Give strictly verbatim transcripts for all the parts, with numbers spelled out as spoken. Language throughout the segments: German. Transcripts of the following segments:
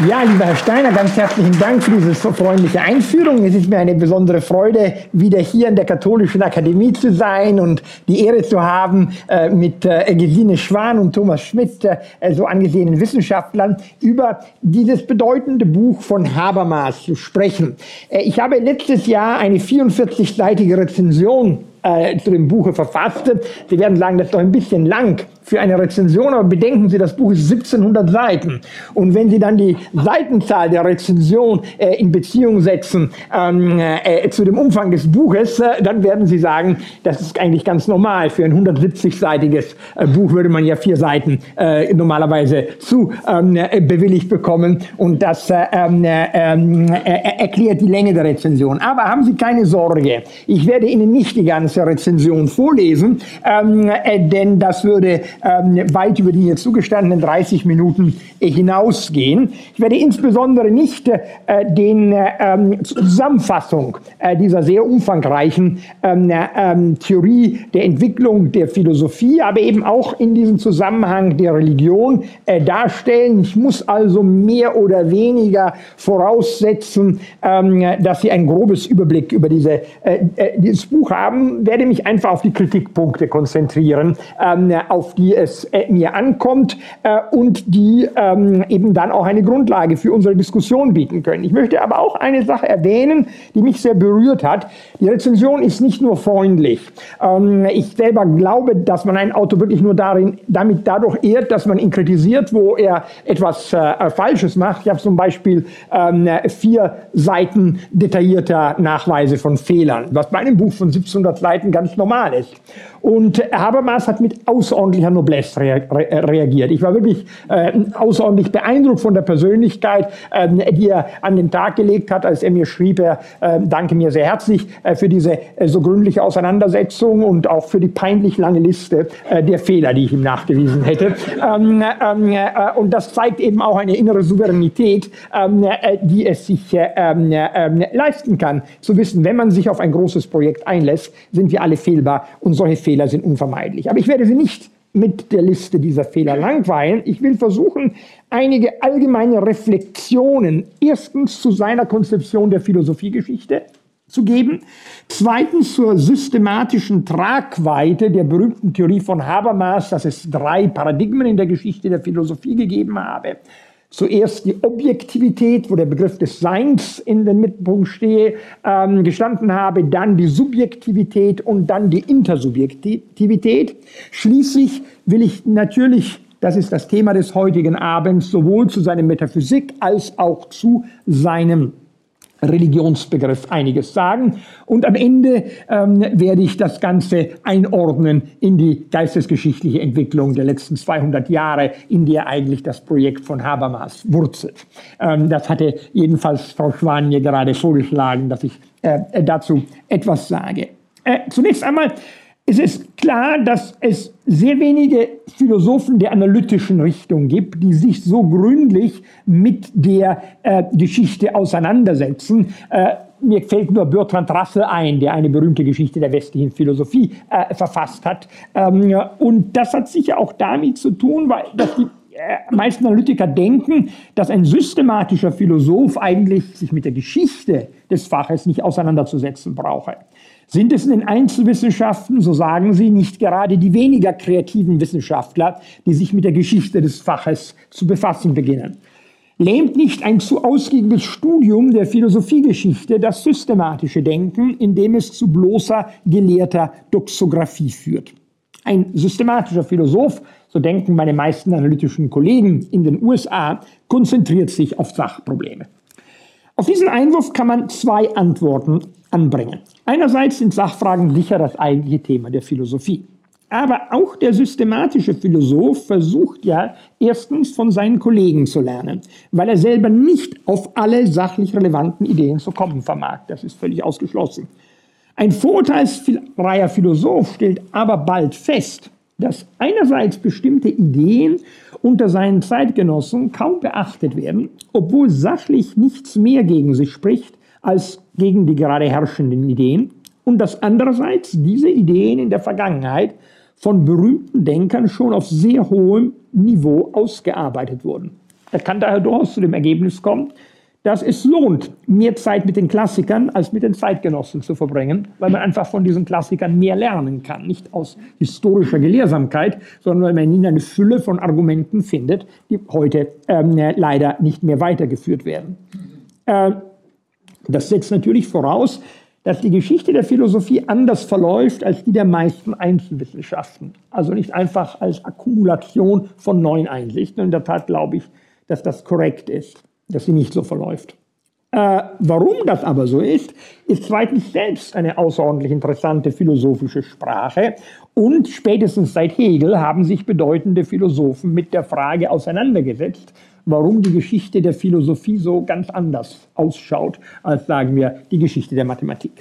Ja, lieber Herr Steiner, ganz herzlichen Dank für diese so freundliche Einführung. Es ist mir eine besondere Freude, wieder hier in der Katholischen Akademie zu sein und die Ehre zu haben, mit Gesine Schwan und Thomas Schmidt, so angesehenen Wissenschaftlern, über dieses bedeutende Buch von Habermas zu sprechen. Ich habe letztes Jahr eine vierundvierzig-seitige Rezension äh, zu dem Buche verfasst. Sie werden sagen, das ist doch ein bisschen lang für eine Rezension, aber bedenken Sie, das Buch ist siebzehnhundert Seiten. Und wenn Sie dann die Seitenzahl der Rezension äh, in Beziehung setzen ähm, äh, zu dem Umfang des Buches, äh, dann werden Sie sagen, das ist eigentlich ganz normal. Für ein hundertsiebzig-seitiges äh, Buch würde man ja vier Seiten äh, normalerweise zu ähm, äh, bewilligt bekommen. Und das äh, äh, äh, erklärt die Länge der Rezension. Aber haben Sie keine Sorge, ich werde Ihnen nicht die ganze Rezension vorlesen, ähm, äh, denn das würde Ähm, weit über die hier zugestandenen dreißig Minuten äh, hinausgehen. Ich werde insbesondere nicht äh, den äh, Zusammenfassung äh, dieser sehr umfangreichen ähm, äh, Theorie der Entwicklung der Philosophie, aber eben auch in diesem Zusammenhang der Religion äh, darstellen. Ich muss also mehr oder weniger voraussetzen, ähm, dass Sie ein grobes Überblick über diese, äh, äh, dieses Buch haben, werde mich einfach auf die Kritikpunkte konzentrieren, ähm, auf die es äh, mir ankommt äh, und die ähm, eben dann auch eine Grundlage für unsere Diskussion bieten können. Ich möchte aber auch eine Sache erwähnen, die mich sehr berührt hat. Die Rezension ist nicht nur freundlich. Ähm, ich selber glaube, dass man einen Autor wirklich nur darin, damit dadurch ehrt, dass man ihn kritisiert, wo er etwas äh, Falsches macht. Ich habe zum Beispiel ähm, vier Seiten detaillierter Nachweise von Fehlern, was bei einem Buch von siebzehnhundert Seiten ganz normal ist. Und Habermas hat mit außerordentlicher Noblesse reagiert. Ich war wirklich äh, außerordentlich beeindruckt von der Persönlichkeit, äh, die er an den Tag gelegt hat, als er mir schrieb, er äh, danke mir sehr herzlich äh, für diese äh, so gründliche Auseinandersetzung und auch für die peinlich lange Liste äh, der Fehler, die ich ihm nachgewiesen hätte. Ähm, ähm, äh, und das zeigt eben auch eine innere Souveränität, ähm, äh, die es sich äh, äh, leisten kann, zu wissen, wenn man sich auf ein großes Projekt einlässt, sind wir alle fehlbar und solche Fehler sind unvermeidlich. Aber ich werde Sie nicht mit der Liste dieser Fehler langweilen. Ich will versuchen, einige allgemeine Reflexionen erstens zu seiner Konzeption der Philosophiegeschichte zu geben, zweitens zur systematischen Tragweite der berühmten Theorie von Habermas, dass es drei Paradigmen in der Geschichte der Philosophie gegeben habe. Zuerst die Objektivität, wo der Begriff des Seins in den Mittelpunkt stehe, ähm, gestanden habe, dann die Subjektivität und dann die Intersubjektivität. Schließlich will ich natürlich, das ist das Thema des heutigen Abends, sowohl zu seiner Metaphysik als auch zu seinem Religionsbegriff einiges sagen. Und am Ende ähm, werde ich das Ganze einordnen in die geistesgeschichtliche Entwicklung der letzten zweihundert Jahre, in der eigentlich das Projekt von Habermas wurzelt. Ähm, das hatte jedenfalls Frau Schwan mir gerade vorgeschlagen, dass ich äh, dazu etwas sage. Äh, zunächst einmal, es ist klar, dass es sehr wenige Philosophen der analytischen Richtung gibt, die sich so gründlich mit der äh, Geschichte auseinandersetzen. Äh, mir fällt nur Bertrand Russell ein, der eine berühmte Geschichte der westlichen Philosophie äh, verfasst hat. Ähm, und das hat sicher auch damit zu tun, weil dass die äh, meisten Analytiker denken, dass ein systematischer Philosoph eigentlich sich mit der Geschichte des Faches nicht auseinanderzusetzen brauche. Sind es in den Einzelwissenschaften, so sagen sie, nicht gerade die weniger kreativen Wissenschaftler, die sich mit der Geschichte des Faches zu befassen beginnen? Lähmt nicht ein zu ausgiebiges Studium der Philosophiegeschichte das systematische Denken, indem es zu bloßer gelehrter Doxographie führt? Ein systematischer Philosoph, so denken meine meisten analytischen Kollegen in den U S A, konzentriert sich auf Sachprobleme. Auf diesen Einwurf kann man zwei Antworten anbringen. Einerseits sind Sachfragen sicher das eigentliche Thema der Philosophie. Aber auch der systematische Philosoph versucht ja erstens von seinen Kollegen zu lernen, weil er selber nicht auf alle sachlich relevanten Ideen zu kommen vermag. Das ist völlig ausgeschlossen. Ein vorurteilsfreier Philosoph stellt aber bald fest, dass einerseits bestimmte Ideen unter seinen Zeitgenossen kaum beachtet werden, obwohl sachlich nichts mehr gegen sie spricht als gegen die gerade herrschenden Ideen, und dass andererseits diese Ideen in der Vergangenheit von berühmten Denkern schon auf sehr hohem Niveau ausgearbeitet wurden. Er kann daher durchaus zu dem Ergebnis kommen, dass es lohnt, mehr Zeit mit den Klassikern als mit den Zeitgenossen zu verbringen, weil man einfach von diesen Klassikern mehr lernen kann. Nicht aus historischer Gelehrsamkeit, sondern weil man in ihnen eine Fülle von Argumenten findet, die heute ähm, leider nicht mehr weitergeführt werden. Äh, das setzt natürlich voraus, dass die Geschichte der Philosophie anders verläuft als die der meisten Einzelwissenschaften. Also nicht einfach als Akkumulation von neuen Einsichten. In der Tat glaube ich, dass das korrekt ist, dass sie nicht so verläuft. Äh, warum das aber so ist, ist zweitens selbst eine außerordentlich interessante philosophische Sprache. Und spätestens seit Hegel haben sich bedeutende Philosophen mit der Frage auseinandergesetzt, warum die Geschichte der Philosophie so ganz anders ausschaut, als, sagen wir, die Geschichte der Mathematik.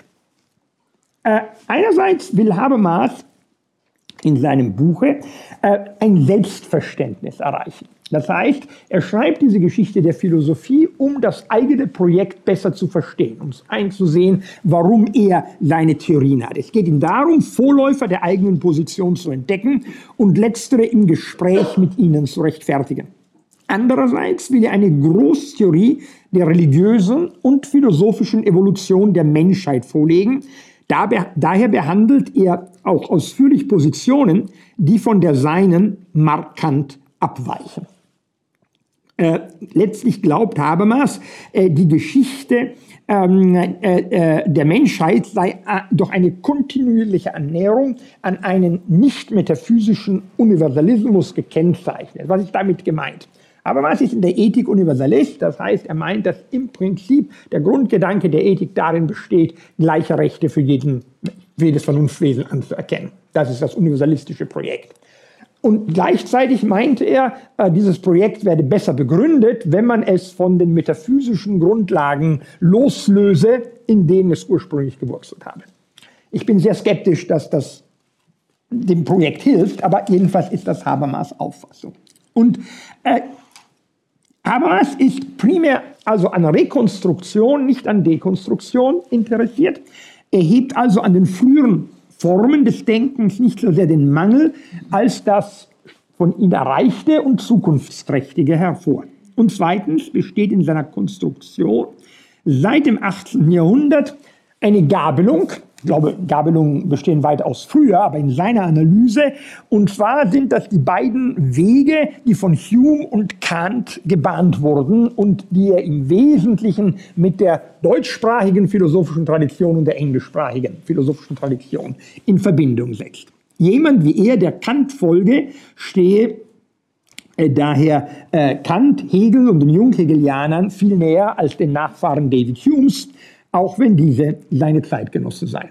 Äh, einerseits will Habermas in seinem Buche äh, ein Selbstverständnis erreichen. Das heißt, er schreibt diese Geschichte der Philosophie, um das eigene Projekt besser zu verstehen, um einzusehen, warum er seine Theorien hat. Es geht ihm darum, Vorläufer der eigenen Position zu entdecken und letztere im Gespräch mit ihnen zu rechtfertigen. Andererseits will er eine Großtheorie der religiösen und philosophischen Evolution der Menschheit vorlegen. Dabei, daher behandelt er auch ausführlich Positionen, die von der seinen markant abweichen. Äh, letztlich glaubt Habermas, äh, die Geschichte ähm, äh, der Menschheit sei äh, durch eine kontinuierliche Annäherung an einen nicht metaphysischen Universalismus gekennzeichnet. Was ist damit gemeint? Habermas ist in der Ethik Universalist, das heißt, er meint, dass im Prinzip der Grundgedanke der Ethik darin besteht, gleiche Rechte für, jeden, für jedes Vernunftwesen anzuerkennen. Das ist das universalistische Projekt. Und gleichzeitig meinte er, dieses Projekt werde besser begründet, wenn man es von den metaphysischen Grundlagen loslöse, in denen es ursprünglich gewurzelt habe. Ich bin sehr skeptisch, dass das dem Projekt hilft, aber jedenfalls ist das Habermas' Auffassung. Und äh, Habermas ist primär also an Rekonstruktion, nicht an Dekonstruktion interessiert. Er hebt also an den früheren Formen des Denkens nicht so sehr den Mangel, als das von ihm Erreichte und Zukunftsträchtige hervor. Und zweitens besteht in seiner Konstruktion seit dem achtzehnten Jahrhundert eine Gabelung. Ich glaube, Gabelungen bestehen weitaus früher, aber in seiner Analyse. Und zwar sind das die beiden Wege, die von Hume und Kant gebahnt wurden und die er im Wesentlichen mit der deutschsprachigen philosophischen Tradition und der englischsprachigen philosophischen Tradition in Verbindung setzt. Jemand wie er, der Kant folge, stehe äh, daher äh, Kant, Hegel und den Junghegelianern viel näher als den Nachfahren David Humes, auch wenn diese seine Zeitgenossen seien.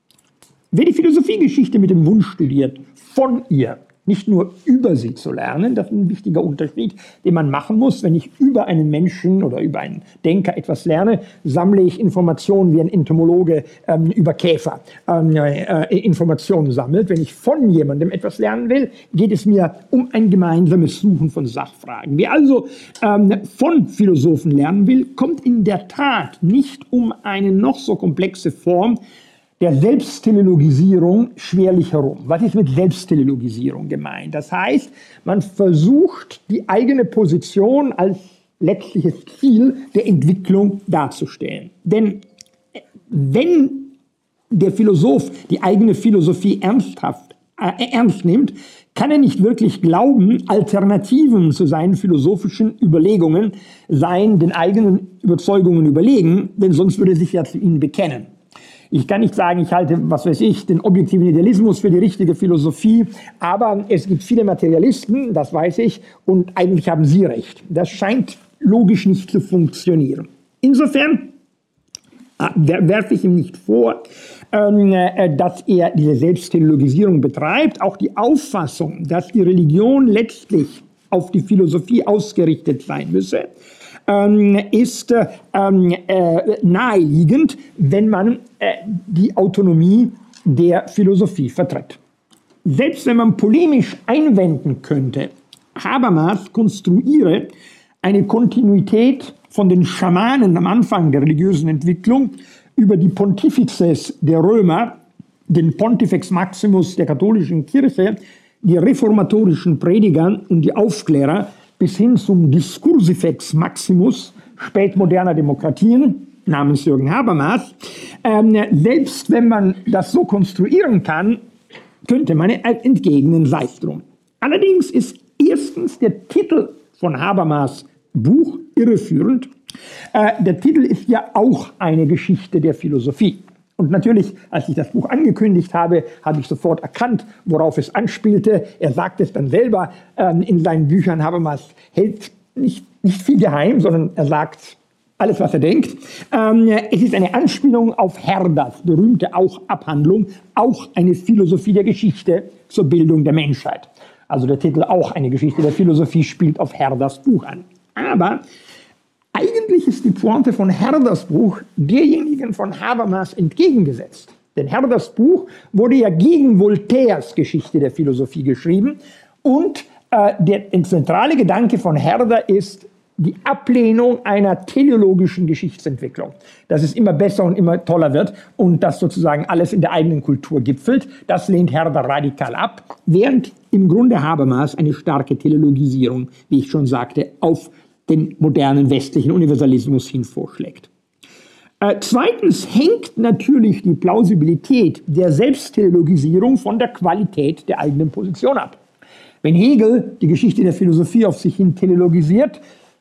Wer die Philosophiegeschichte mit dem Wunsch studiert, von ihr, nicht nur über sie zu lernen, das ist ein wichtiger Unterschied, den man machen muss. Wenn ich über einen Menschen oder über einen Denker etwas lerne, sammle ich Informationen wie ein Entomologe ähm, über Käfer ähm, äh, Informationen sammelt. Wenn ich von jemandem etwas lernen will, geht es mir um ein gemeinsames Suchen von Sachfragen. Wer also ähm, von Philosophen lernen will, kommt in der Tat nicht um eine noch so komplexe Form der Selbstteleologisierung schwerlich herum. Was ist mit Selbstteleologisierung gemeint? Das heißt, man versucht, die eigene Position als letztliches Ziel der Entwicklung darzustellen. Denn wenn der Philosoph die eigene Philosophie ernsthaft, äh, ernst nimmt, kann er nicht wirklich glauben, Alternativen zu seinen philosophischen Überlegungen seien den eigenen Überzeugungen überlegen, denn sonst würde er sich ja zu ihnen bekennen. Ich kann nicht sagen, ich halte, was weiß ich, den objektiven Idealismus für die richtige Philosophie, aber es gibt viele Materialisten, das weiß ich, und eigentlich haben sie recht. Das scheint logisch nicht zu funktionieren. Insofern werfe ich ihm nicht vor, dass er diese Selbstteleologisierung betreibt. Auch die Auffassung, dass die Religion letztlich auf die Philosophie ausgerichtet sein müsse, ist ähm, äh, naheliegend, wenn man äh, die Autonomie der Philosophie vertritt. Selbst wenn man polemisch einwenden könnte, Habermas konstruiere eine Kontinuität von den Schamanen am Anfang der religiösen Entwicklung über die Pontifizes der Römer, den Pontifex Maximus der katholischen Kirche, die reformatorischen Prediger und die Aufklärer bis hin zum Discursifex Maximus spätmoderner Demokratien namens Jürgen Habermas. Ähm, selbst wenn man das so konstruieren kann, könnte man entgegnen, sei es drum. Allerdings ist erstens der Titel von Habermas Buch irreführend. Äh, der Titel ist ja auch eine Geschichte der Philosophie. Und natürlich, als ich das Buch angekündigt habe, habe ich sofort erkannt, worauf es anspielte. Er sagt es dann selber ähm, in seinen Büchern. Habermas hält nicht, nicht viel geheim, sondern er sagt alles, was er denkt. Ähm, es ist eine Anspielung auf Herders berühmte auch Abhandlung, auch eine Philosophie der Geschichte zur Bildung der Menschheit. Also der Titel auch eine Geschichte der Philosophie spielt auf Herders Buch an. Aber eigentlich ist die Pointe von Herders Buch derjenigen von Habermas entgegengesetzt. Denn Herders Buch wurde ja gegen Voltaires Geschichte der Philosophie geschrieben. Und äh, der zentrale Gedanke von Herder ist die Ablehnung einer teleologischen Geschichtsentwicklung. Dass es immer besser und immer toller wird und dass sozusagen alles in der eigenen Kultur gipfelt. Das lehnt Herder radikal ab, während im Grunde Habermas eine starke Teleologisierung, wie ich schon sagte, auf den modernen westlichen Universalismus hin vorschlägt. Äh, zweitens hängt natürlich die Plausibilität der Selbstteleologisierung von der Qualität der eigenen Position ab. Wenn Hegel die Geschichte der Philosophie auf sich hin teleologisiert,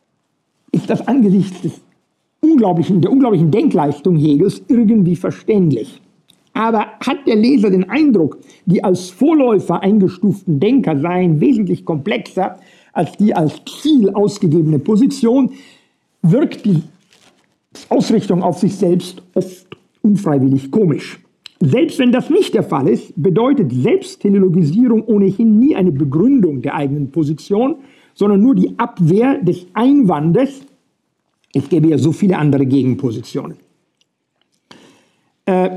ist das angesichts des unglaublichen, der unglaublichen Denkleistung Hegels irgendwie verständlich. Aber hat der Leser den Eindruck, die als Vorläufer eingestuften Denker seien wesentlich komplexer als die als Ziel ausgegebene Position, wirkt die Ausrichtung auf sich selbst oft unfreiwillig komisch. Selbst wenn das nicht der Fall ist, bedeutet Selbstteleologisierung ohnehin nie eine Begründung der eigenen Position, sondern nur die Abwehr des Einwandes, es gäbe ja so viele andere Gegenpositionen. Äh,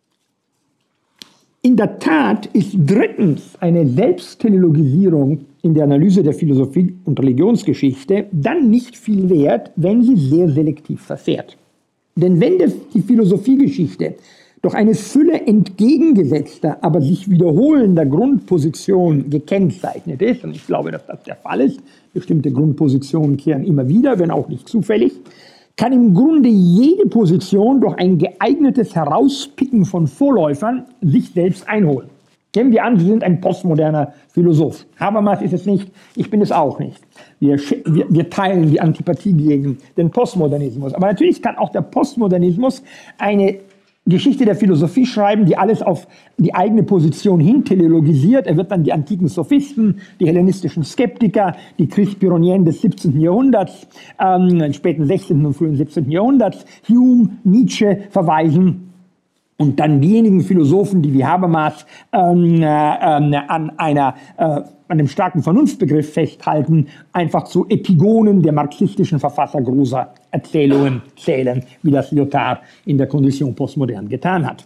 in der Tat ist drittens eine Selbstteleologisierung in der Analyse der Philosophie und Religionsgeschichte dann nicht viel wert, wenn sie sehr selektiv verfährt. Denn wenn die Philosophiegeschichte durch eine Fülle entgegengesetzter, aber sich wiederholender Grundpositionen gekennzeichnet ist, und ich glaube, dass das der Fall ist, bestimmte Grundpositionen kehren immer wieder, wenn auch nicht zufällig, kann im Grunde jede Position durch ein geeignetes Herauspicken von Vorläufern sich selbst einholen. Nehmen wir an, Sie sind ein postmoderner Philosoph. Habermas ist es nicht, ich bin es auch nicht. Wir, wir, wir teilen die Antipathie gegen den Postmodernismus. Aber natürlich kann auch der Postmodernismus eine Geschichte der Philosophie schreiben, die alles auf die eigene Position hin teleologisiert. Er wird dann die antiken Sophisten, die hellenistischen Skeptiker, die Christ-Pyrrhonien des siebzehnten Jahrhunderts, ähm, späten sechzehnten und frühen siebzehnten Jahrhunderts, Hume, Nietzsche verweisen. Und dann diejenigen Philosophen, die wie Habermas ähm, äh, an, einer, äh, an einem starken Vernunftbegriff festhalten, einfach zu Epigonen der marxistischen Verfasser großer Erzählungen zählen, wie das Lyotard in der Condition postmodern getan hat.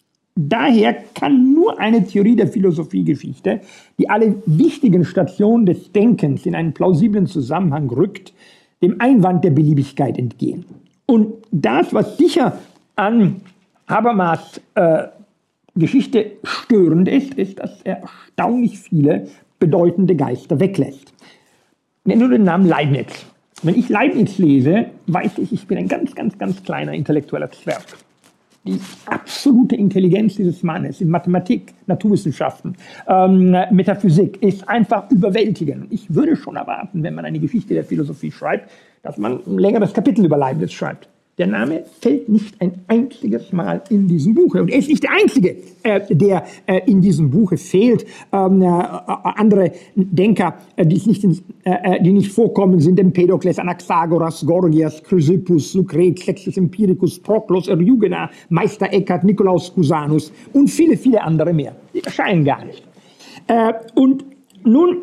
Daher kann nur eine Theorie der Philosophiegeschichte, die alle wichtigen Stationen des Denkens in einen plausiblen Zusammenhang rückt, dem Einwand der Beliebigkeit entgehen. Und das, was sicher an Habermas äh, Geschichte störend ist, ist, dass er erstaunlich viele bedeutende Geister weglässt. Nenn nur den Namen Leibniz. Wenn ich Leibniz lese, weiß ich, ich bin ein ganz, ganz, ganz kleiner intellektueller Zwerg. Die absolute Intelligenz dieses Mannes in Mathematik, Naturwissenschaften, ähm, Metaphysik ist einfach überwältigend. Ich würde schon erwarten, wenn man eine Geschichte der Philosophie schreibt, dass man ein längeres Kapitel über Leibniz schreibt. Der Name fällt nicht ein einziges Mal in diesem Buche. Und er ist nicht der Einzige, äh, der äh, in diesem Buche fehlt. Ähm, äh, andere Denker, äh, die, nicht in, äh, die nicht vorkommen, sind Empedokles, Anaxagoras, Gorgias, Chrysippus, Lucret, Sextus Empiricus, Proklos, Eriugena, Meister Eckhart, Nikolaus Cusanus und viele, viele andere mehr. Die erscheinen gar nicht. Äh, und nun,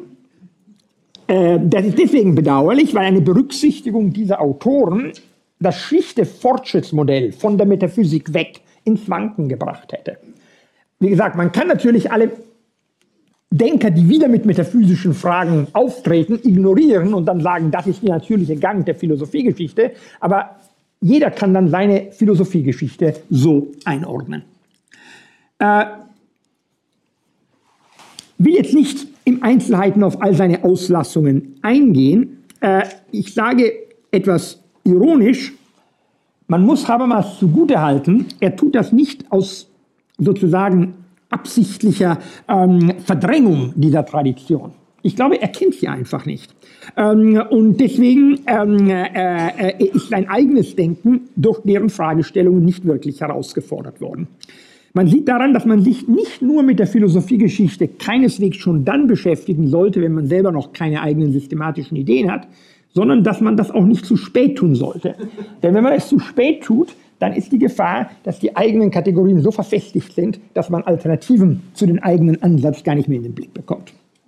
äh, das ist deswegen bedauerlich, weil eine Berücksichtigung dieser Autoren das schlichte Fortschrittsmodell von der Metaphysik weg ins Wanken gebracht hätte. Wie gesagt, man kann natürlich alle Denker, die wieder mit metaphysischen Fragen auftreten, ignorieren und dann sagen, das ist der natürliche Gang der Philosophiegeschichte, aber jeder kann dann seine Philosophiegeschichte so einordnen. Äh, will jetzt nicht im Einzelheiten auf all seine Auslassungen eingehen. Äh, ich sage etwas ironisch, man muss Habermas zugutehalten, er tut das nicht aus sozusagen absichtlicher ähm, Verdrängung dieser Tradition. Ich glaube, er kennt sie einfach nicht. Ähm, und deswegen ähm, äh, äh, ist sein eigenes Denken durch deren Fragestellungen nicht wirklich herausgefordert worden. Man sieht daran, dass man sich nicht nur mit der Philosophiegeschichte keineswegs schon dann beschäftigen sollte, wenn man selber noch keine eigenen systematischen Ideen hat, sondern dass man das auch nicht zu spät tun sollte. Denn wenn man es zu spät tut, dann ist die Gefahr, dass die eigenen Kategorien so verfestigt sind, dass man Alternativen zu den eigenen Ansatz gar nicht mehr in den Blick bekommt.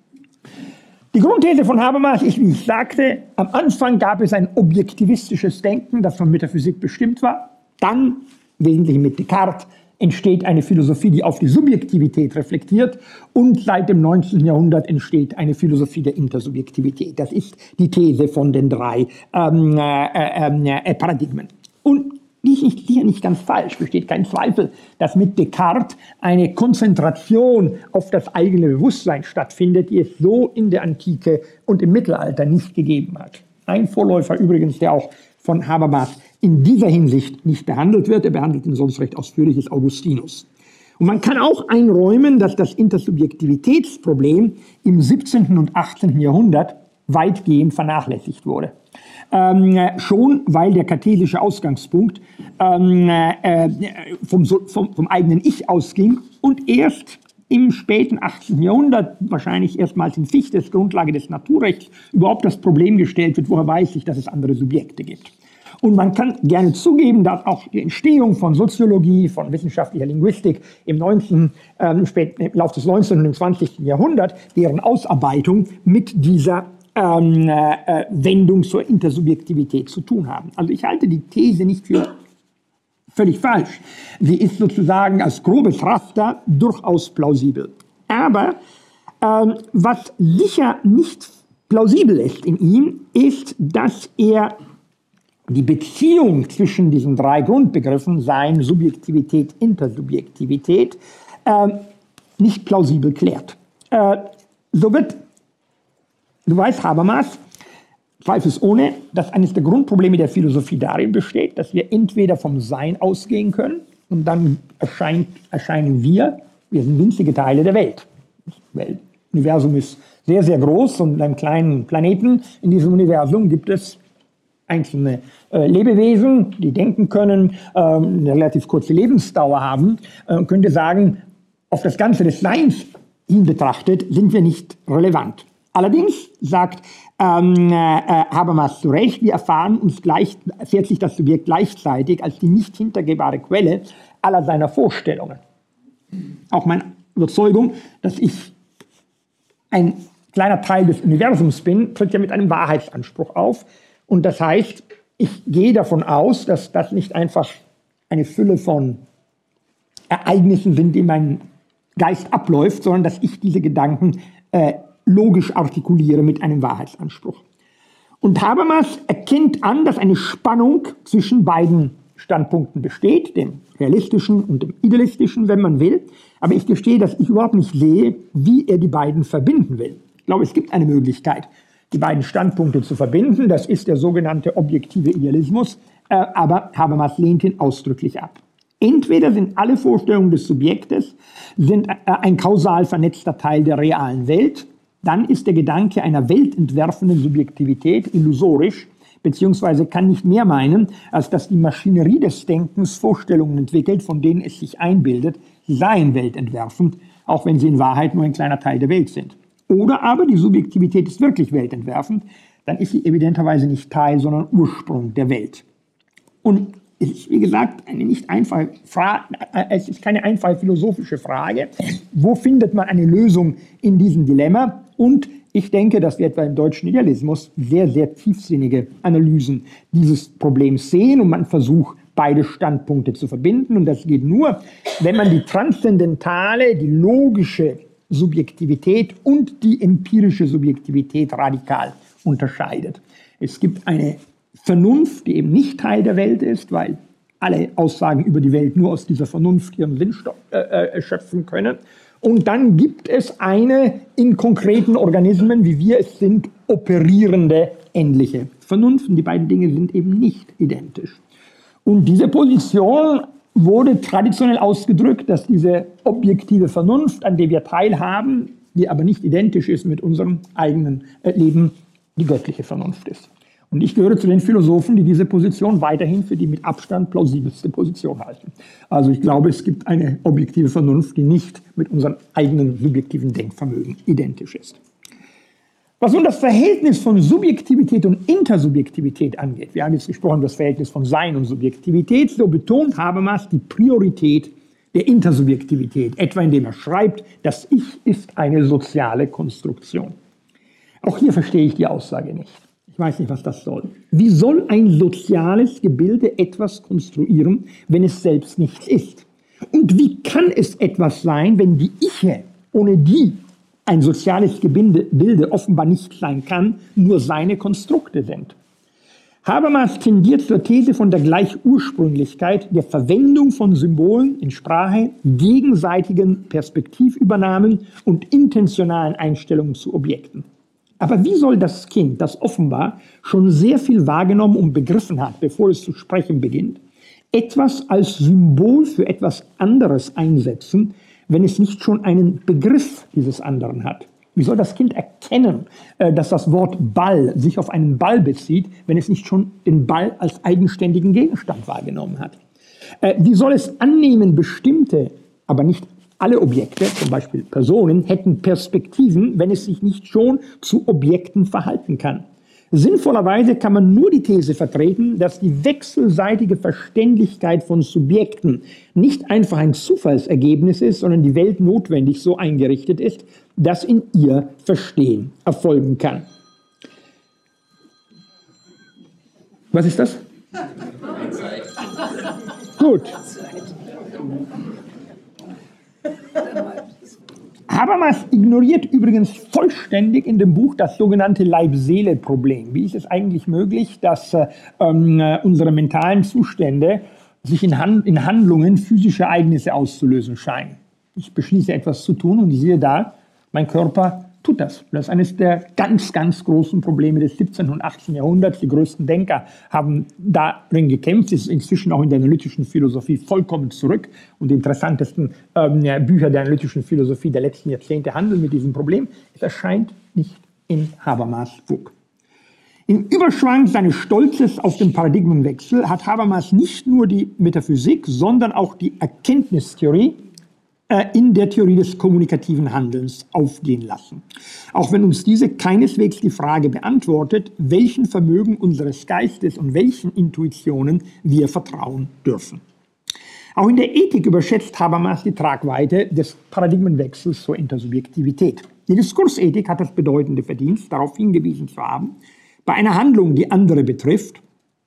Die Grundthese von Habermas ist, wie ich sagte, am Anfang gab es ein objektivistisches Denken, das von Metaphysik bestimmt war. Dann, wesentlich mit Descartes, entsteht eine Philosophie, die auf die Subjektivität reflektiert, und seit dem neunzehnten Jahrhundert entsteht eine Philosophie der Intersubjektivität. Das ist die These von den drei ähm, äh, äh, Paradigmen. Und die ist nicht, sicher nicht ganz falsch, besteht kein Zweifel, dass mit Descartes eine Konzentration auf das eigene Bewusstsein stattfindet, die es so in der Antike und im Mittelalter nicht gegeben hat. Ein Vorläufer übrigens, der auch von Habermas in dieser Hinsicht nicht behandelt wird, er behandelt ihn sonst recht ausführlich, ist Augustinus. Und man kann auch einräumen, dass das Intersubjektivitätsproblem im siebzehnten und achtzehnten Jahrhundert weitgehend vernachlässigt wurde. Ähm, schon weil der kartesische Ausgangspunkt ähm, äh, vom, vom, vom eigenen Ich ausging und erst im späten achtzehnten Jahrhundert, wahrscheinlich erstmals in Fichtes Grundlage des Naturrechts, überhaupt das Problem gestellt wird, woher weiß ich, dass es andere Subjekte gibt. Und man kann gerne zugeben, dass auch die Entstehung von Soziologie, von wissenschaftlicher Linguistik im, neunzehnten, ähm, spät, im Laufe des neunzehnten und zwanzigsten Jahrhunderts, deren Ausarbeitung mit dieser ähm, äh, Wendung zur Intersubjektivität zu tun haben. Also ich halte die These nicht für völlig falsch. Sie ist sozusagen als grobes Raster durchaus plausibel. Aber ähm, was sicher nicht plausibel ist in ihm, ist, dass er die Beziehung zwischen diesen drei Grundbegriffen, Sein, Subjektivität, Intersubjektivität, äh, nicht plausibel klärt. Äh, so wird, so weiß Habermas, zweifelsohne, dass eines der Grundprobleme der Philosophie darin besteht, dass wir entweder vom Sein ausgehen können und dann erscheint, erscheinen wir, wir sind winzige Teile der Welt. Das Universum ist sehr, sehr groß und in einem kleinen Planeten in diesem Universum gibt es einzelne äh, Lebewesen, die denken können, äh, eine relativ kurze Lebensdauer haben, äh, könnte sagen, auf das Ganze des Seins hin betrachtet, sind wir nicht relevant. Allerdings sagt ähm, äh, Habermas zu Recht, wir erfahren uns gleich, erfährt sich das Subjekt gleichzeitig als die nicht hintergehbare Quelle aller seiner Vorstellungen. Auch meine Überzeugung, dass ich ein kleiner Teil des Universums bin, tritt ja mit einem Wahrheitsanspruch auf. Und das heißt, ich gehe davon aus, dass das nicht einfach eine Fülle von Ereignissen sind, die mein Geist abläuft, sondern dass ich diese Gedanken äh, logisch artikuliere mit einem Wahrheitsanspruch. Und Habermas erkennt an, dass eine Spannung zwischen beiden Standpunkten besteht, dem realistischen und dem idealistischen, wenn man will. Aber ich gestehe, dass ich überhaupt nicht sehe, wie er die beiden verbinden will. Ich glaube, es gibt eine Möglichkeit, die beiden Standpunkte zu verbinden. Das ist der sogenannte objektive Idealismus, äh, aber Habermas lehnt ihn ausdrücklich ab. Entweder sind alle Vorstellungen des Subjektes sind, äh, ein kausal vernetzter Teil der realen Welt, dann ist der Gedanke einer weltentwerfenden Subjektivität illusorisch, beziehungsweise kann nicht mehr meinen, als dass die Maschinerie des Denkens Vorstellungen entwickelt, von denen es sich einbildet, sie seien weltentwerfend, auch wenn sie in Wahrheit nur ein kleiner Teil der Welt sind. Oder aber die Subjektivität ist wirklich weltentwerfend, dann ist sie evidenterweise nicht Teil, sondern Ursprung der Welt. Und es ist, wie gesagt, eine nicht einfache Frage, es ist keine einfache philosophische Frage. Wo findet man eine Lösung in diesem Dilemma? Und ich denke, dass wir etwa im deutschen Idealismus sehr, sehr tiefsinnige Analysen dieses Problems sehen und man versucht, beide Standpunkte zu verbinden. Und das geht nur, wenn man die transzendentale, die logische Subjektivität und die empirische Subjektivität radikal unterscheidet. Es gibt eine Vernunft, die eben nicht Teil der Welt ist, weil alle Aussagen über die Welt nur aus dieser Vernunft ihren Sinn äh, äh, schöpfen können. und dann gibt es eine in konkreten Organismen, wie wir es sind, operierende endliche Vernunft. Und die beiden Dinge sind eben nicht identisch. Und diese Position wurde traditionell ausgedrückt, dass diese objektive Vernunft, an der wir teilhaben, die aber nicht identisch ist mit unserem eigenen Leben, die göttliche Vernunft ist. Und ich gehöre zu den Philosophen, die diese Position weiterhin für die mit Abstand plausibelste Position halten. Also ich glaube, es gibt eine objektive Vernunft, die nicht mit unserem eigenen subjektiven Denkvermögen identisch ist. Was nun das Verhältnis von Subjektivität und Intersubjektivität angeht, wir haben jetzt gesprochen über das Verhältnis von Sein und Subjektivität, so betont Habermas die Priorität der Intersubjektivität, etwa indem er schreibt, das Ich ist eine soziale Konstruktion. Auch hier verstehe ich die Aussage nicht. Ich weiß nicht, was das soll. Wie soll ein soziales Gebilde etwas konstruieren, wenn es selbst nichts ist? Und wie kann es etwas sein, wenn die Iche, ohne die ein soziales Gebilde offenbar nicht sein kann, nur seine Konstrukte sind? Habermas tendiert zur These von der Gleichursprünglichkeit der Verwendung von Symbolen in Sprache, gegenseitigen Perspektivübernahmen und intentionalen Einstellungen zu Objekten. Aber wie soll das Kind, das offenbar schon sehr viel wahrgenommen und begriffen hat, bevor es zu sprechen beginnt, etwas als Symbol für etwas anderes einsetzen, wenn es nicht schon einen Begriff dieses anderen hat? Wie soll das Kind erkennen, dass das Wort Ball sich auf einen Ball bezieht, wenn es nicht schon den Ball als eigenständigen Gegenstand wahrgenommen hat? Wie soll es annehmen, bestimmte, aber nicht alle Objekte, zum Beispiel Personen, hätten Perspektiven, wenn es sich nicht schon zu Objekten verhalten kann? Sinnvollerweise kann man nur die These vertreten, dass die wechselseitige Verständlichkeit von Subjekten nicht einfach ein Zufallsergebnis ist, sondern die Welt notwendig so eingerichtet ist, dass in ihr Verstehen erfolgen kann. Was ist das? Gut. Habermas ignoriert übrigens vollständig in dem Buch das sogenannte Leib-Seele-Problem. Wie ist es eigentlich möglich, dass äh, unsere mentalen Zustände sich in, Hand, in Handlungen physische Ereignisse auszulösen scheinen? Ich beschließe etwas zu tun und ich sehe da, mein Körper tut das. Das ist eines der ganz, ganz großen Probleme des siebzehnten und achtzehnten Jahrhunderts. Die größten Denker haben darin gekämpft. Es ist inzwischen auch in der analytischen Philosophie vollkommen zurück. Und die interessantesten ähm, Bücher der analytischen Philosophie der letzten Jahrzehnte handeln mit diesem Problem. Es erscheint nicht in Habermas' Buch. Im Überschwang seines Stolzes auf den Paradigmenwechsel hat Habermas nicht nur die Metaphysik, sondern auch die Erkenntnistheorie in der Theorie des kommunikativen Handelns aufgehen lassen. Auch wenn uns diese keineswegs die Frage beantwortet, welchen Vermögen unseres Geistes und welchen Intuitionen wir vertrauen dürfen. Auch in der Ethik überschätzt Habermas die Tragweite des Paradigmenwechsels zur Intersubjektivität. Die Diskursethik hat das bedeutende Verdienst, darauf hingewiesen zu haben, bei einer Handlung, die andere betrifft,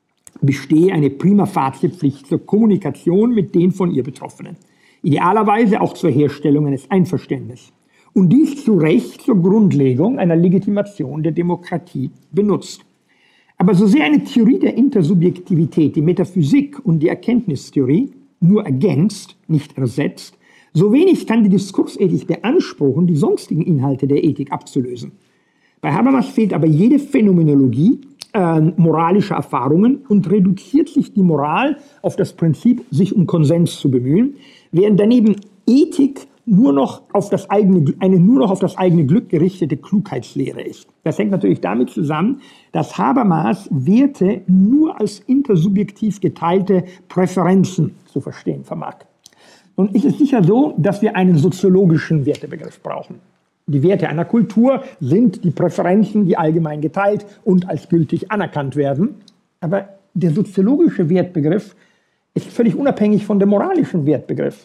bestehe eine prima facie Pflicht zur Kommunikation mit den von ihr Betroffenen. Idealerweise auch zur Herstellung eines Einverständnisses. Und dies zu Recht zur Grundlegung einer Legitimation der Demokratie benutzt. Aber so sehr eine Theorie der Intersubjektivität die Metaphysik und die Erkenntnistheorie nur ergänzt, nicht ersetzt, so wenig kann die Diskursethik beanspruchen, die sonstigen Inhalte der Ethik abzulösen. Bei Habermas fehlt aber jede Phänomenologie äh, moralischer Erfahrungen und reduziert sich die Moral auf das Prinzip, sich um Konsens zu bemühen, während daneben Ethik nur noch auf das eigene, eine nur noch auf das eigene Glück gerichtete Klugheitslehre ist. Das hängt natürlich damit zusammen, dass Habermas Werte nur als intersubjektiv geteilte Präferenzen zu verstehen vermag. Nun ist es sicher so, dass wir einen soziologischen Wertebegriff brauchen. Die Werte einer Kultur sind die Präferenzen, die allgemein geteilt und als gültig anerkannt werden. Aber der soziologische Wertbegriff ist völlig unabhängig von dem moralischen Wertbegriff.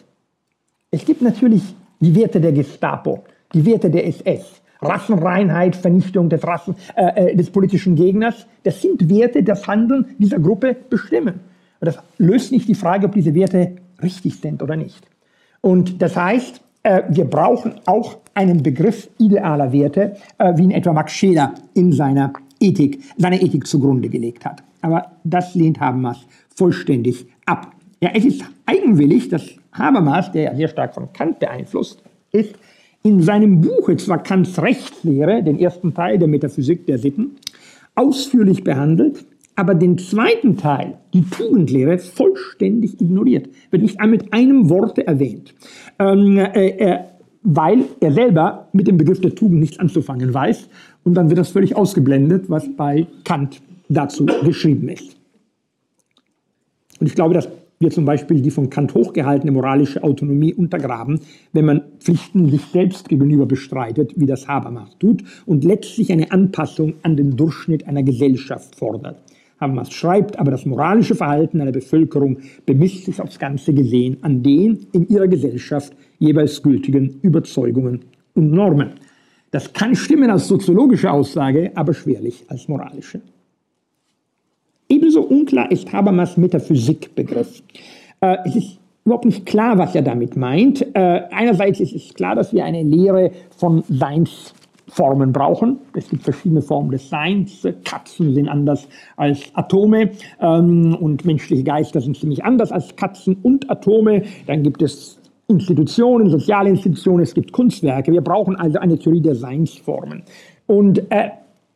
Es gibt natürlich die Werte der Gestapo, die Werte der S S, Rassenreinheit, Vernichtung des, Rassen, äh, des politischen Gegners. Das sind Werte, die das Handeln dieser Gruppe bestimmen. Und das löst nicht die Frage, ob diese Werte richtig sind oder nicht. Und das heißt, äh, wir brauchen auch einen Begriff idealer Werte, äh, wie ihn etwa Max Scheler in seiner Ethik, seiner Ethik zugrunde gelegt hat. Aber das lehnt Habermas vollständig ab. Ja, es ist eigenwillig, dass Habermas, der ja sehr stark von Kant beeinflusst ist, in seinem Buche zwar Kants Rechtslehre, den ersten Teil der Metaphysik der Sitten, ausführlich behandelt, aber den zweiten Teil, die Tugendlehre, vollständig ignoriert, wird nicht mit einem Worte erwähnt, ähm, äh, äh, weil er selber mit dem Begriff der Tugend nichts anzufangen weiß, und dann wird das völlig ausgeblendet, was bei Kant dazu geschrieben ist. Und ich glaube, dass wir zum Beispiel die von Kant hochgehaltene moralische Autonomie untergraben, wenn man Pflichten sich selbst gegenüber bestreitet, wie das Habermas tut, und letztlich eine Anpassung an den Durchschnitt einer Gesellschaft fordert. Habermas schreibt, aber das moralische Verhalten einer Bevölkerung bemisst sich aufs Ganze gesehen an den in ihrer Gesellschaft jeweils gültigen Überzeugungen und Normen. Das kann stimmen als soziologische Aussage, aber schwerlich als moralische. Ebenso unklar ist Habermas' Metaphysikbegriff. Äh, es ist überhaupt nicht klar, was er damit meint. Äh, einerseits ist es klar, dass wir eine Lehre von Seinsformen brauchen. Es gibt verschiedene Formen des Seins. Katzen sind anders als Atome ähm, und menschliche Geister sind ziemlich anders als Katzen und Atome. Dann gibt es Institutionen, soziale Institutionen, es gibt Kunstwerke. Wir brauchen also eine Theorie der Seinsformen. Und äh,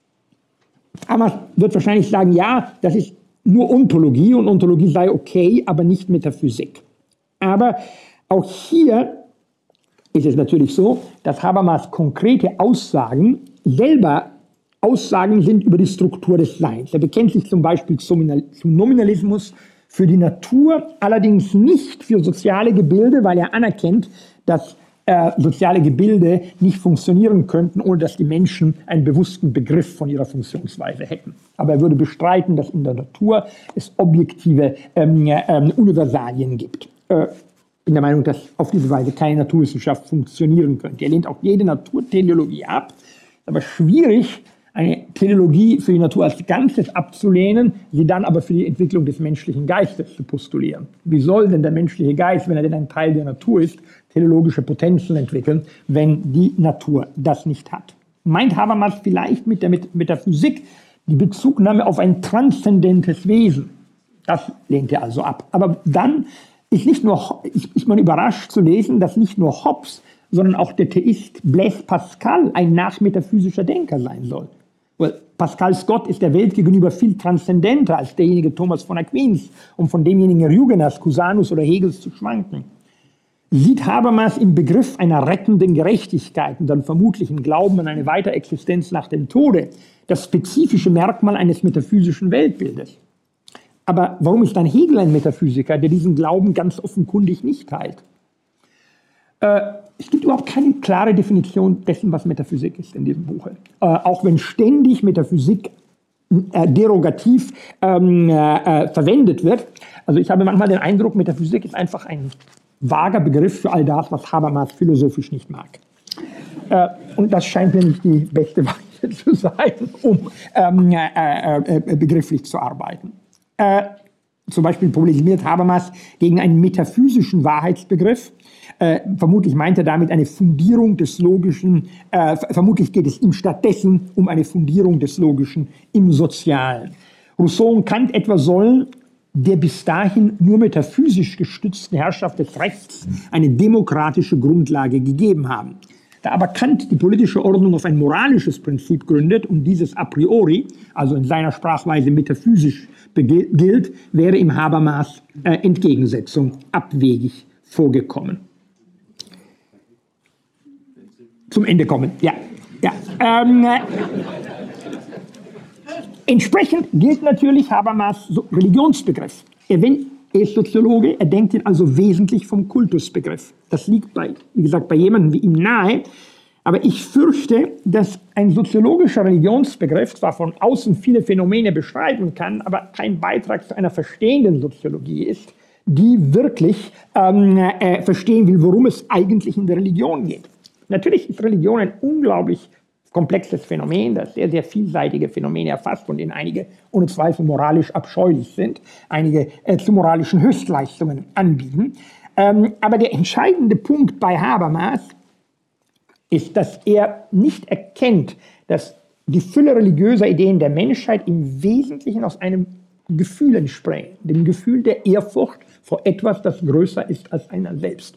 Habermas wird wahrscheinlich sagen, ja, das ist nur Ontologie und Ontologie sei okay, aber nicht Metaphysik. Aber auch hier ist es natürlich so, dass Habermas konkrete Aussagen selber Aussagen sind über die Struktur des Seins. Er bekennt sich zum Beispiel zum Nominalismus für die Natur, allerdings nicht für soziale Gebilde, weil er anerkennt, dass äh, soziale Gebilde nicht funktionieren könnten, ohne dass die Menschen einen bewussten Begriff von ihrer Funktionsweise hätten. Aber er würde bestreiten, dass in der Natur es objektive ähm, ähm, Universalien gibt. Äh, ich bin der Meinung, dass auf diese Weise keine Naturwissenschaft funktionieren könnte. Er lehnt auch jede Naturteleologie ab, aber schwierig, eine Teleologie für die Natur als Ganzes abzulehnen, sie dann aber für die Entwicklung des menschlichen Geistes zu postulieren. Wie soll denn der menschliche Geist, wenn er denn ein Teil der Natur ist, teleologische Potenzen entwickeln, wenn die Natur das nicht hat? Meint Habermas vielleicht mit der Metaphysik die Bezugnahme auf ein transzendentes Wesen? Das lehnt er also ab. Aber dann ist, nicht nur, ist man überrascht zu lesen, dass nicht nur Hobbes, sondern auch der Theist Blaise Pascal ein nachmetaphysischer Denker sein soll. Weil Pascals Gott ist der Welt gegenüber viel transzendenter als derjenige Thomas von Aquins, um von demjenigen Rügeners, Cusanus oder Hegels zu schwanken. Sieht Habermas im Begriff einer rettenden Gerechtigkeit und dann vermutlich im Glauben an eine Weiterexistenz nach dem Tode das spezifische Merkmal eines metaphysischen Weltbildes? Aber warum ist dann Hegel ein Metaphysiker, der diesen Glauben ganz offenkundig nicht teilt? Äh, es gibt überhaupt keine klare Definition dessen, was Metaphysik ist in diesem Buche. Äh, auch wenn ständig Metaphysik äh, derogativ ähm, äh, verwendet wird. Also ich habe manchmal den Eindruck, Metaphysik ist einfach ein vager Begriff für all das, was Habermas philosophisch nicht mag. Äh, und das scheint mir nicht die beste Weise zu sein, um ähm, äh, äh, begrifflich zu arbeiten. Äh, zum Beispiel polemisiert Habermas gegen einen metaphysischen Wahrheitsbegriff. Äh, vermutlich meint er damit eine Fundierung des Logischen, äh, vermutlich geht es ihm stattdessen um eine Fundierung des Logischen im Sozialen. Rousseau und Kant etwa sollen der bis dahin nur metaphysisch gestützten Herrschaft des Rechts eine demokratische Grundlage gegeben haben. Da aber Kant die politische Ordnung auf ein moralisches Prinzip gründet und dieses a priori, also in seiner Sprachweise metaphysisch gilt, wäre im Habermas äh, Entgegensetzung abwegig vorgekommen. Zum Ende kommen, ja. ja. Ähm, äh, entsprechend gilt natürlich Habermas Religionsbegriff. Er, wenn, er ist Soziologe, er denkt ihn also wesentlich vom Kultusbegriff. Das liegt, bei, wie gesagt, bei jemandem wie ihm nahe. Aber ich fürchte, dass ein soziologischer Religionsbegriff zwar von außen viele Phänomene beschreiben kann, aber kein Beitrag zu einer verstehenden Soziologie ist, die wirklich ähm, äh, verstehen will, worum es eigentlich in der Religion geht. Natürlich ist Religion ein unglaublich komplexes Phänomen, das sehr, sehr vielseitige Phänomene erfasst und in einige ohne Zweifel moralisch abscheulich sind, einige äh, zu moralischen Höchstleistungen anbieten. Ähm, aber der entscheidende Punkt bei Habermas ist, dass er nicht erkennt, dass die Fülle religiöser Ideen der Menschheit im Wesentlichen aus einem Gefühl entspringen, dem Gefühl der Ehrfurcht vor etwas, das größer ist als einer selbst.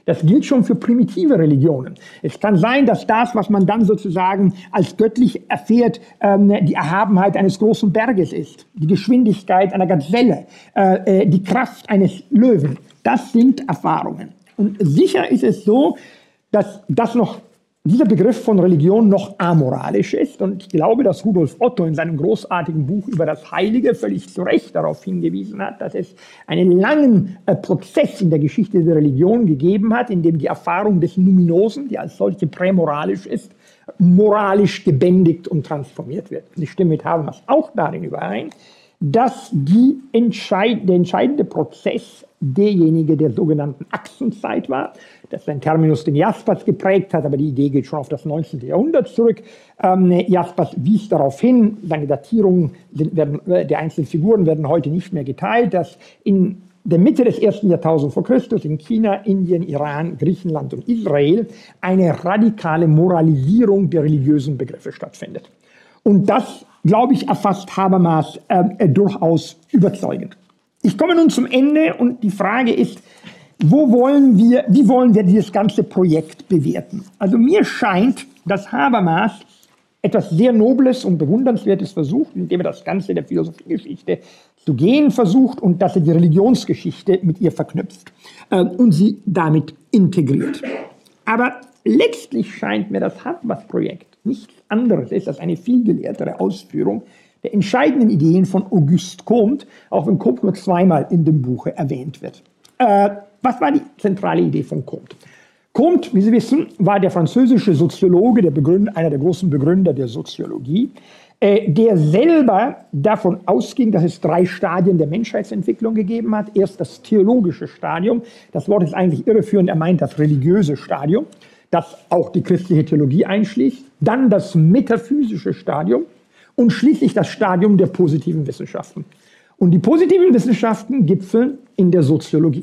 Das gilt schon für primitive Religionen. Es kann sein, dass das, was man dann sozusagen als göttlich erfährt, ähm, die Erhabenheit eines großen Berges ist, die Geschwindigkeit einer Gazelle, äh, die Kraft eines Löwen. Das sind Erfahrungen. Und sicher ist es so, dass das noch dieser Begriff von Religion noch amoralisch ist. Und ich glaube, dass Rudolf Otto in seinem großartigen Buch über das Heilige völlig zu Recht darauf hingewiesen hat, dass es einen langen äh, Prozess in der Geschichte der Religion gegeben hat, in dem die Erfahrung des Numinosen, die als solche prämoralisch ist, moralisch gebändigt und transformiert wird. Und ich stimme mit Habermas auch darin überein, dass die entscheid- der entscheidende Prozess derjenige der sogenannten Achsenzeit war. Das ist ein Terminus, den Jaspers geprägt hat, aber die Idee geht schon auf das neunzehnte. Jahrhundert zurück. Ähm, Jaspers wies darauf hin, seine Datierungen sind, werden, der einzelnen Figuren werden heute nicht mehr geteilt, dass in der Mitte des ersten Jahrtausends vor Christus in China, Indien, Iran, Griechenland und Israel eine radikale Moralisierung der religiösen Begriffe stattfindet. Und das, glaube ich, erfasst Habermas äh, durchaus überzeugend. Ich komme nun zum Ende und die Frage ist, wo wollen wir, wie wollen wir dieses ganze Projekt bewerten? Also mir scheint, dass Habermas etwas sehr Nobles und Bewundernswertes versucht, indem er das Ganze der Philosophiegeschichte zu gehen versucht und dass er die Religionsgeschichte mit ihr verknüpft äh, und sie damit integriert. Aber letztlich scheint mir das Habermas-Projekt nichts anderes ist als eine viel gelehrtere Ausführung der entscheidenden Ideen von Auguste Comte, auch wenn Comte nur zweimal in dem Buche erwähnt wird. Äh, was war die zentrale Idee von Comte? Comte, wie Sie wissen, war der französische Soziologe, der Begründer, einer der großen Begründer der Soziologie, äh, der selber davon ausging, dass es drei Stadien der Menschheitsentwicklung gegeben hat. Erst das theologische Stadium, das Wort ist eigentlich irreführend, er meint das religiöse Stadium, das auch die christliche Theologie einschließt, dann das metaphysische Stadium und schließlich das Stadium der positiven Wissenschaften. Und die positiven Wissenschaften gipfeln in der Soziologie.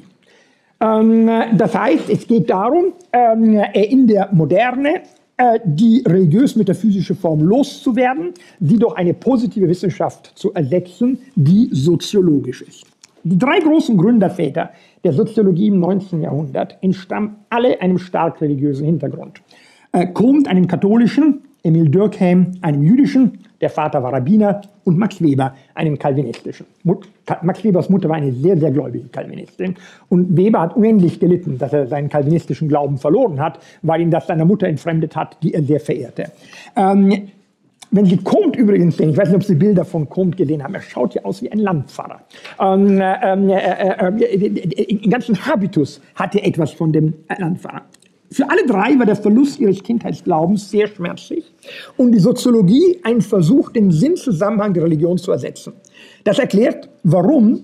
Ähm, das heißt, es geht darum, ähm, in der Moderne äh, die religiös-metaphysische Form loszuwerden, sie durch eine positive Wissenschaft zu ersetzen, die soziologisch ist. Die drei großen Gründerväter der Soziologie im neunzehnten. Jahrhundert entstammen alle einem stark religiösen Hintergrund. Äh, Comte, einem katholischen, Emil Durkheim, einem jüdischen, der Vater war Rabbiner, und Max Weber, einem calvinistischen. Mut, Max Webers Mutter war eine sehr, sehr gläubige Calvinistin und Weber hat unendlich gelitten, dass er seinen calvinistischen Glauben verloren hat, weil ihn das seiner Mutter entfremdet hat, die er sehr verehrte. Ähm, Wenn Sie Comte übrigens sehen, ich weiß nicht, ob Sie Bilder von Comte gesehen haben, er schaut ja aus wie ein Landpfarrer. Ähm, äh, äh, äh, Im ganzen Habitus hat er etwas von dem Landpfarrer. Für alle drei war der Verlust ihres Kindheitsglaubens sehr schmerzlich und die Soziologie ein Versuch, den Sinnzusammenhang der Religion zu ersetzen. Das erklärt, warum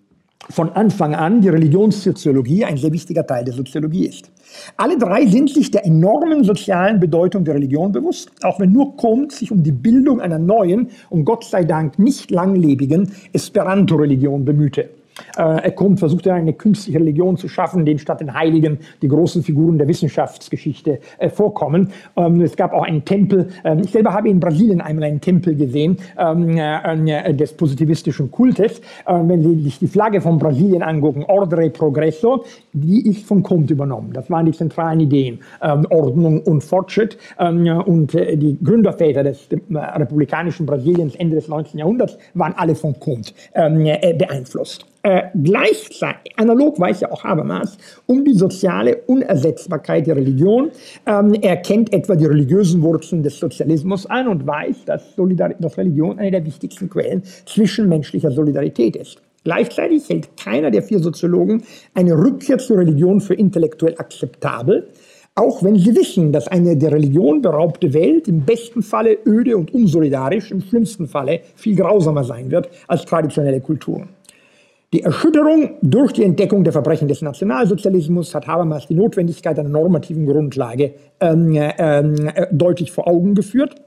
von Anfang an die Religionssoziologie ein sehr wichtiger Teil der Soziologie ist. Alle drei sind sich der enormen sozialen Bedeutung der Religion bewusst, auch wenn nur Comte sich um die Bildung einer neuen und Gott sei Dank nicht langlebigen Esperanto-Religion bemühte. Äh, Comte versuchte eine künstliche Religion zu schaffen, in denen statt den Heiligen die großen Figuren der Wissenschaftsgeschichte äh, vorkommen. Ähm, es gab auch einen Tempel, äh, ich selber habe in Brasilien einmal einen Tempel gesehen, ähm, äh, des positivistischen Kultes. Äh, wenn Sie sich die Flagge von Brasilien angucken, Ordre Progresso, die ist von Comte übernommen. Das waren die zentralen Ideen, ähm, Ordnung und Fortschritt. Ähm, und äh, die Gründerväter des äh, republikanischen Brasiliens Ende des neunzehnten. Jahrhunderts waren alle von Comte ähm, äh, beeinflusst. Äh, gleichzeitig, analog weiß ja auch Habermas, um die soziale Unersetzbarkeit der Religion. Ähm, er kennt etwa die religiösen Wurzeln des Sozialismus an und weiß, dass, Solidar- dass Religion eine der wichtigsten Quellen zwischenmenschlicher Solidarität ist. Gleichzeitig hält keiner der vier Soziologen eine Rückkehr zur Religion für intellektuell akzeptabel, auch wenn sie wissen, dass eine der Religion beraubte Welt im besten Falle öde und unsolidarisch, im schlimmsten Falle viel grausamer sein wird als traditionelle Kulturen. Die Erschütterung durch die Entdeckung der Verbrechen des Nationalsozialismus hat Habermas die Notwendigkeit einer normativen Grundlage ähm, äh, deutlich vor Augen geführt.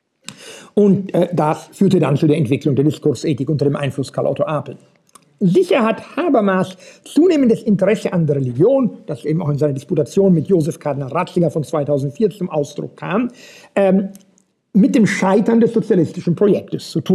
Und äh, das führte dann zu der Entwicklung der Diskursethik unter dem Einfluss Karl Otto Apel. Sicher hat Habermas zunehmendes Interesse an der Religion, das eben auch in seiner Disputation mit Josef Kardinal Ratzinger von zweitausendvier zum Ausdruck kam, ähm, mit dem Scheitern des sozialistischen Projektes zu tun.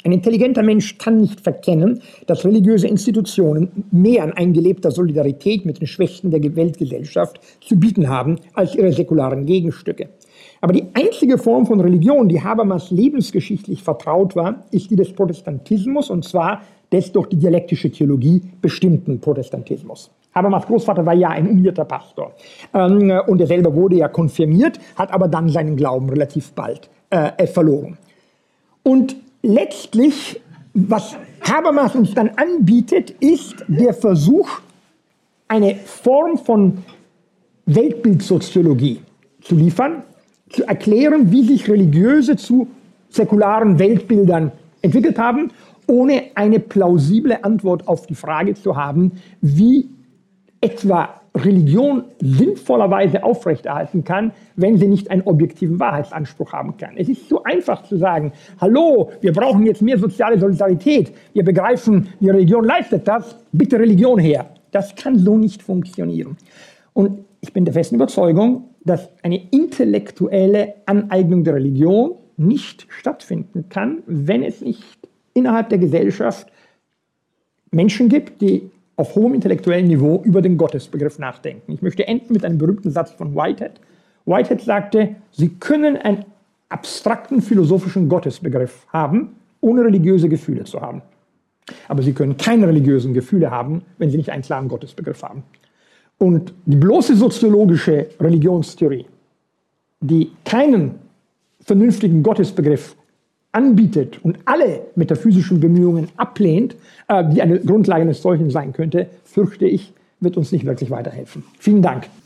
Ein intelligenter Mensch kann nicht verkennen, dass religiöse Institutionen mehr an eingelebter Solidarität mit den Schwächsten der Weltgesellschaft zu bieten haben als ihre säkularen Gegenstücke. Aber die einzige Form von Religion, die Habermas lebensgeschichtlich vertraut war, ist die des Protestantismus, und zwar des durch die dialektische Theologie bestimmten Protestantismus. Habermas Großvater war ja ein unierter Pastor ähm, und er selber wurde ja konfirmiert, hat aber dann seinen Glauben relativ bald äh, verloren. Und letztlich, was Habermas uns dann anbietet, ist der Versuch, eine Form von Weltbildsoziologie zu liefern, zu erklären, wie sich religiöse zu säkularen Weltbildern entwickelt haben, ohne eine plausible Antwort auf die Frage zu haben, wie etwa Religion sinnvollerweise aufrechterhalten kann, wenn sie nicht einen objektiven Wahrheitsanspruch haben kann. Es ist so einfach zu sagen, hallo, wir brauchen jetzt mehr soziale Solidarität, wir begreifen, die Religion leistet das, bitte Religion her. Das kann so nicht funktionieren. Und ich bin der festen Überzeugung, dass eine intellektuelle Aneignung der Religion nicht stattfinden kann, wenn es nicht innerhalb der Gesellschaft Menschen gibt, die auf hohem intellektuellen Niveau über den Gottesbegriff nachdenken. Ich möchte enden mit einem berühmten Satz von Whitehead. Whitehead sagte, Sie können einen abstrakten philosophischen Gottesbegriff haben, ohne religiöse Gefühle zu haben. Aber Sie können keine religiösen Gefühle haben, wenn Sie nicht einen klaren Gottesbegriff haben. Und die bloße soziologische Religionstheorie, die keinen vernünftigen Gottesbegriff anbietet und alle metaphysischen Bemühungen ablehnt, äh, die eine Grundlage eines solchen sein könnte, fürchte ich, wird uns nicht wirklich weiterhelfen. Vielen Dank.